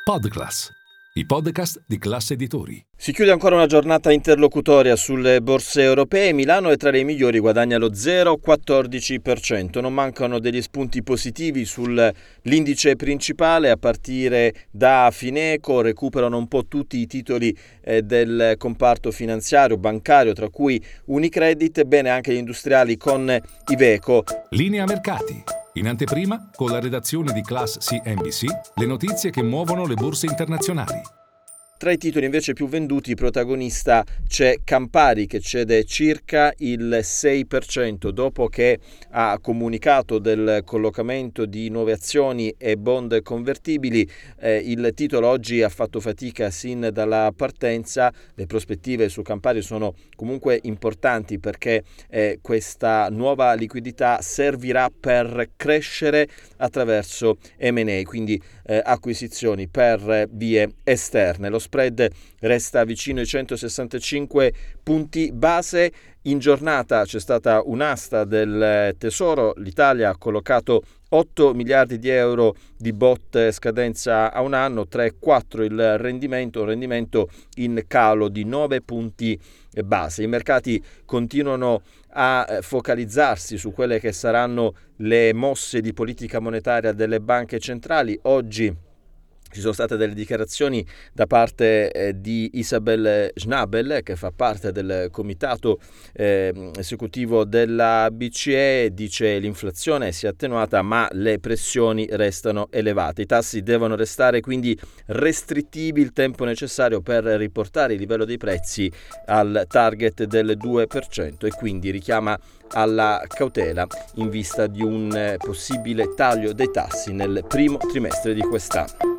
Podclass, i podcast di Class Editori. Si chiude ancora una giornata interlocutoria sulle borse europee. Milano è tra le migliori, guadagna lo 0,14%. Non mancano degli spunti positivi sull'indice principale, a partire da Fineco. Recuperano un po' tutti i titoli del comparto finanziario, bancario, tra cui Unicredit, bene anche gli industriali con Iveco. Linea mercati. In anteprima, con la redazione di Class CNBC, le notizie che muovono le borse internazionali. Tra i titoli invece più venduti, protagonista c'è Campari, che cede circa il 6% dopo che ha comunicato del collocamento di nuove azioni e bond convertibili. Il titolo oggi ha fatto fatica sin dalla partenza. Le prospettive su Campari sono comunque importanti perché questa nuova liquidità servirà per crescere attraverso M&A, quindi acquisizioni per vie esterne. Lo spread resta vicino ai 165 punti base. In giornata c'è stata un'asta del Tesoro. L'Italia ha collocato 8 miliardi di euro di BOT scadenza a un anno, 3,4 il rendimento, un rendimento in calo di 9 punti base. I mercati continuano a focalizzarsi su quelle che saranno le mosse di politica monetaria delle banche centrali. Oggi ci sono state delle dichiarazioni da parte di Isabel Schnabel, che fa parte del comitato esecutivo della BCE. Dice: l'inflazione si è attenuata ma le pressioni restano elevate. I tassi devono restare quindi restrittivi il tempo necessario per riportare il livello dei prezzi al target del 2% e quindi richiama alla cautela in vista di un possibile taglio dei tassi nel primo trimestre di quest'anno.